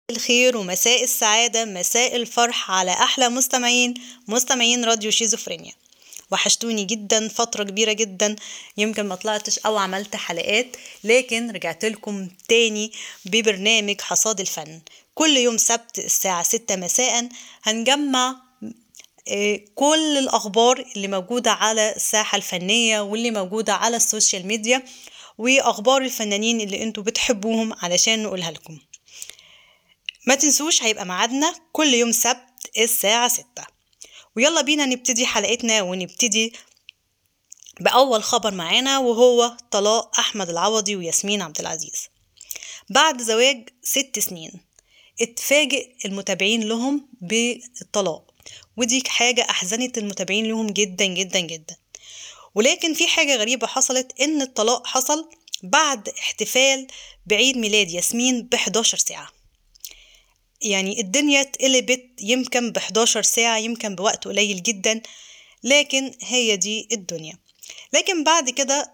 الخير ومساء السعادة، مساء الفرح على أحلى مستمعين راديو شيزوفرينيا. وحشتوني جدا، فترة كبيرة جدا يمكن ما طلعتش أو عملت حلقات، لكن رجعت لكم تاني ببرنامج حصاد الفن. كل يوم سبت الساعة 6 مساء هنجمع كل الأخبار اللي موجودة على الساحة الفنية واللي موجودة على السوشيال ميديا، وأخبار الفنانين اللي انتوا بتحبوهم علشان نقولها لكم. ما تنسوش هيبقى معادنا كل يوم سبت الساعة 6. ويلا بينا نبتدي حلقتنا، ونبتدي بأول خبر معانا، وهو طلاق أحمد العوضي وياسمين عبد العزيز بعد زواج 6 سنين. اتفاجئ المتابعين لهم بالطلاق، ودي حاجة أحزنت المتابعين لهم جدا جدا جدا. ولكن في حاجة غريبة حصلت، إن الطلاق حصل بعد احتفال بعيد ميلاد ياسمين ب11 ساعة. يعني الدنيا اتقلبت يمكن ب11 ساعة، يمكن بوقت قليل جدا، لكن هي دي الدنيا. لكن بعد كده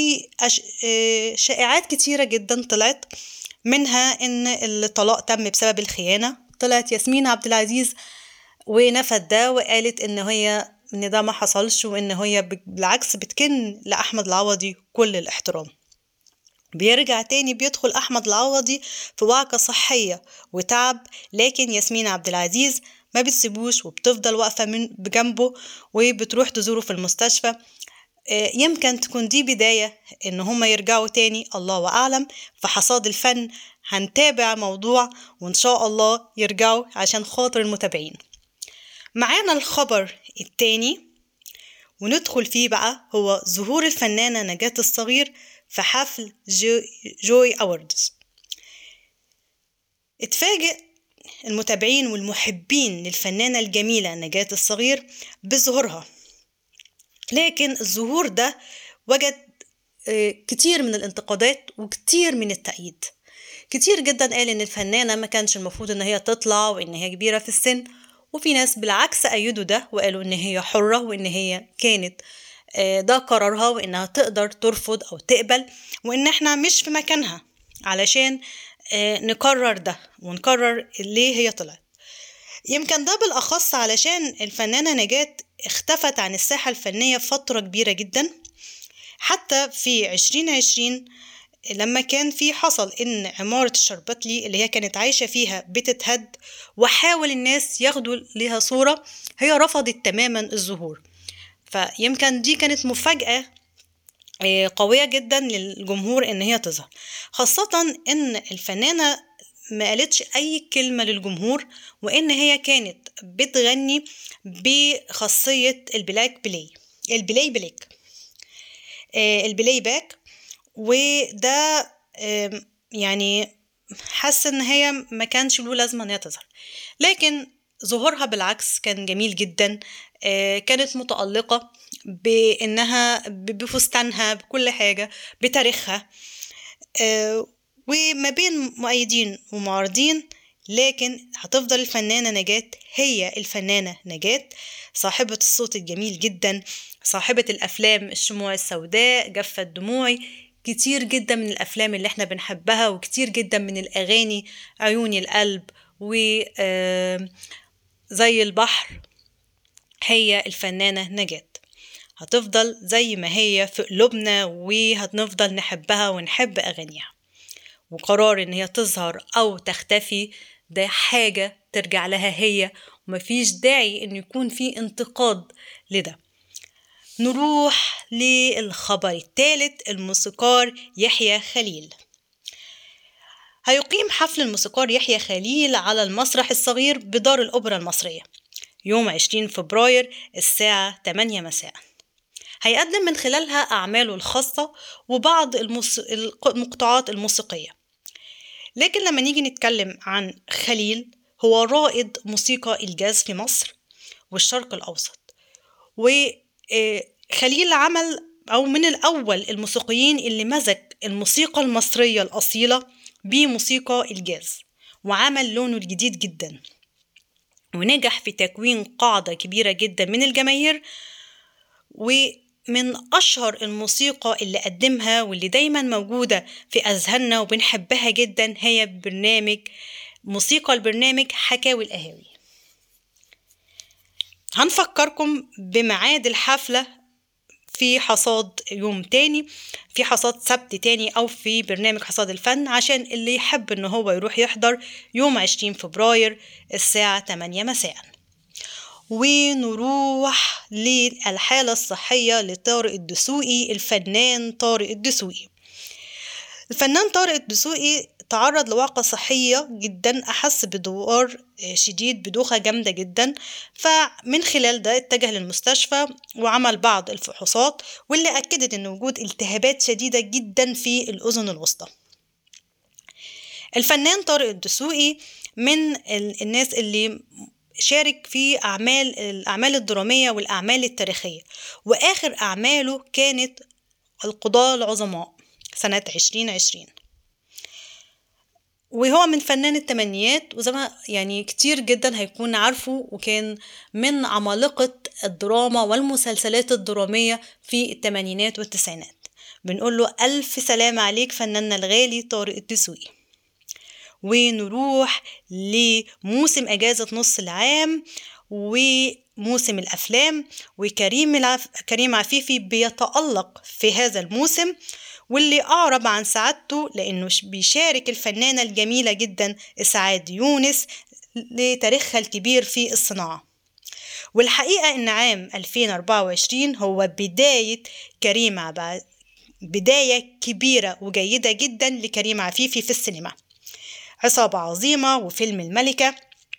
شائعات كتيرة جدا طلعت، منها ان الطلاق تم بسبب الخيانة. طلعت ياسمين عبد العزيز ونفت ده، وقالت ان ده ما حصلش، وان هي بالعكس بتكن لأحمد العوضي كل الاحترام. بيرجع تاني بيدخل أحمد العوضي في وعكة صحية وتعب، لكن ياسمين عبد العزيز ما بتسيبوش وبتفضل واقفة بجنبه، وبتروح تزوره في المستشفى. يمكن تكون دي بداية ان هما يرجعوا تاني، الله أعلم. في حصاد الفن هنتابع موضوع، وان شاء الله يرجعوا عشان خاطر المتابعين. معانا الخبر التاني وندخل فيه بقى، هو ظهور الفنانة نجاة الصغير في حفل جوي أوردز. اتفاجئ المتابعين والمحبين للفنانة الجميلة نجاة الصغير بظهورها، لكن الظهور ده وجد كتير من الانتقادات وكتير من التأييد. كتير جدا قال ان الفنانة ما كانش المفروض ان هي تطلع، وان هي كبيرة في السن، وفي ناس بالعكس أيدوا ده وقالوا ان هي حرة، وان هي كانت ده قرارها، وانها تقدر ترفض او تقبل، وان احنا مش في مكانها علشان نقرر ده ونقرر ليه هي طلعت. يمكن ده بالأخص علشان الفنانة نجاة اختفت عن الساحة الفنية فترة كبيرة جدا. حتى في 2020 لما كان في حصل ان عمارة الشربتلي اللي هي كانت عايشة فيها بتتهد، وحاول الناس ياخدوا لها صورة، هي رفضت تماما الظهور. فيمكن دي كانت مفاجأة قوية جدا للجمهور ان هي تظهر، خاصة ان الفنانة ما قالتش اي كلمة للجمهور، وان هي كانت بتغني بخاصية البلاي باك. وده يعني حاسة ان هي ما كانش له لازمة ان هي تظهر، لكن ظهورها بالعكس كان جميل جدا. كانت متألقة بانها بفستانها بكل حاجة بتاريخها، وما بين مؤيدين ومعارضين، لكن هتفضل الفنانة نجاة هي الفنانة نجاة، صاحبة الصوت الجميل جدا، صاحبة الأفلام الشموع السوداء، جفت دموعي، كتير جدا من الأفلام اللي احنا بنحبها، وكتير جدا من الأغاني، عيوني القلب زي البحر. هي الفنانة نجاة هتفضل زي ما هي في قلوبنا، وهنفضل نحبها ونحب أغانيها. وقرار ان هي تظهر او تختفي ده حاجة ترجع لها هي، ومفيش داعي ان يكون في انتقاد لده. نروح للخبر الثالث، الموسيقار يحيى خليل. هيقيم حفل الموسيقار يحيى خليل على المسرح الصغير بدار الأوبرا المصرية يوم 20 فبراير الساعة 8 مساء. هيقدم من خلالها أعماله الخاصة وبعض المقطوعات الموسيقية. لكن لما نيجي نتكلم عن خليل، هو رائد موسيقى الجاز في مصر والشرق الأوسط. وخليل عمل أو من الأول الموسيقيين اللي مزج الموسيقى المصرية الأصيلة بموسيقى الجاز، وعمل لونه الجديد جدا، ونجح في تكوين قاعدة كبيرة جدا من الجماهير. ومن أشهر الموسيقى اللي قدمها واللي دايما موجودة في أذهاننا وبنحبها جدا هي برنامج موسيقى البرنامج حكاوي القهاوي. هنفكركم بميعاد الحفلة في حصاد يوم تاني، في حصاد سبت تاني أو في برنامج حصاد الفن، عشان اللي يحب إن هو يروح يحضر يوم 20 فبراير الساعة 8 مساء. ونروح للحالة الصحية لطارق الدسوقي. الفنان طارق الدسوقي، الفنان طارق الدسوقي تعرض لوعكة صحية جدا، أحس بدوار شديد، بدوخة جامدة جدا، فمن خلال ده اتجه للمستشفى وعمل بعض الفحوصات واللي أكدت أن وجود التهابات شديدة جدا في الأذن الوسطى. الفنان طارق الدسوقي من الناس اللي شارك في الأعمال الدرامية والأعمال التاريخية، وآخر أعماله كانت القضاة العظماء سنة 2020، وهو من فنان التمانيات، وزي ما يعني كتير جدا هيكون عارفه، وكان من عمالقة الدراما والمسلسلات الدرامية في التمانينات والتسعينات. بنقول له ألف سلام عليك فناننا الغالي طارق الدسوقي. ونروح لموسم أجازة نص العام وموسم الأفلام، وكريم عفيفي بيتألق في هذا الموسم، واللي أعرب عن سعادته لأنه بيشارك الفنانة الجميلة جدا إسعاد يونس لتاريخها الكبير في الصناعة. والحقيقة إن عام 2024 هو بداية كبيرة وجيدة جدا لكريم عفيفي في السينما. عصابة عظيمة وفيلم الملكة،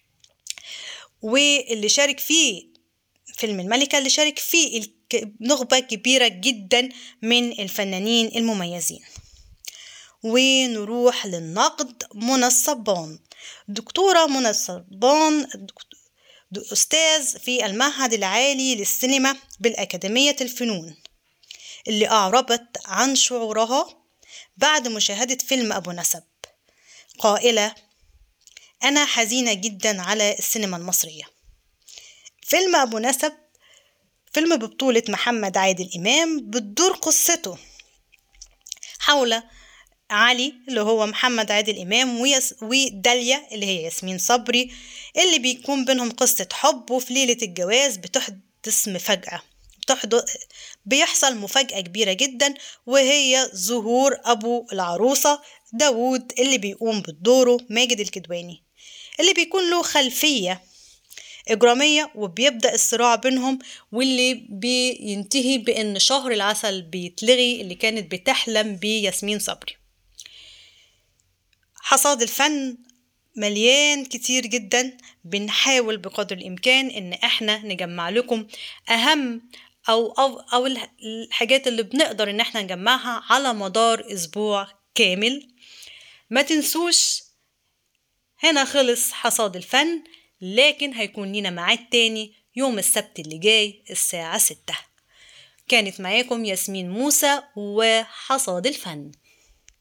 واللي شارك فيه فيلم الملكة اللي شارك فيه نخبة كبيرة جدا من الفنانين المميزين. ونروح للنقد. منى الصبان، دكتورة منى الصبان أستاذ في المعهد العالي للسينما بالأكاديمية الفنون، اللي أعربت عن شعورها بعد مشاهدة فيلم أبو نسب، قائلة: أنا حزينة جدا على السينما المصرية. فيلم أبو نسب فيلم ببطولة محمد عادل إمام، بتدور قصته حول علي اللي هو محمد عادل إمام وداليا اللي هي ياسمين صبري، اللي بيكون بينهم قصة حب، وفي ليلة الجواز بيحصل مفاجأة كبيرة جدا، وهي ظهور أبو العروسة داود اللي بيقوم بدوره ماجد الكدواني، اللي بيكون له خلفية إجرامية، وبيبدأ الصراع بينهم، واللي بينتهي بأن شهر العسل بيتلغي اللي كانت بتحلم بياسمين صبري. حصاد الفن مليان كتير جدا، بنحاول بقدر الإمكان إن احنا نجمع لكم أهم أو الحاجات اللي بنقدر إن احنا نجمعها على مدار أسبوع كامل. ما تنسوش هنا خلص حصاد الفن، لكن هيكون لنا ميعاد تاني يوم السبت اللي جاي الساعة 6. كانت معاكم ياسمين موسى وحصاد الفن.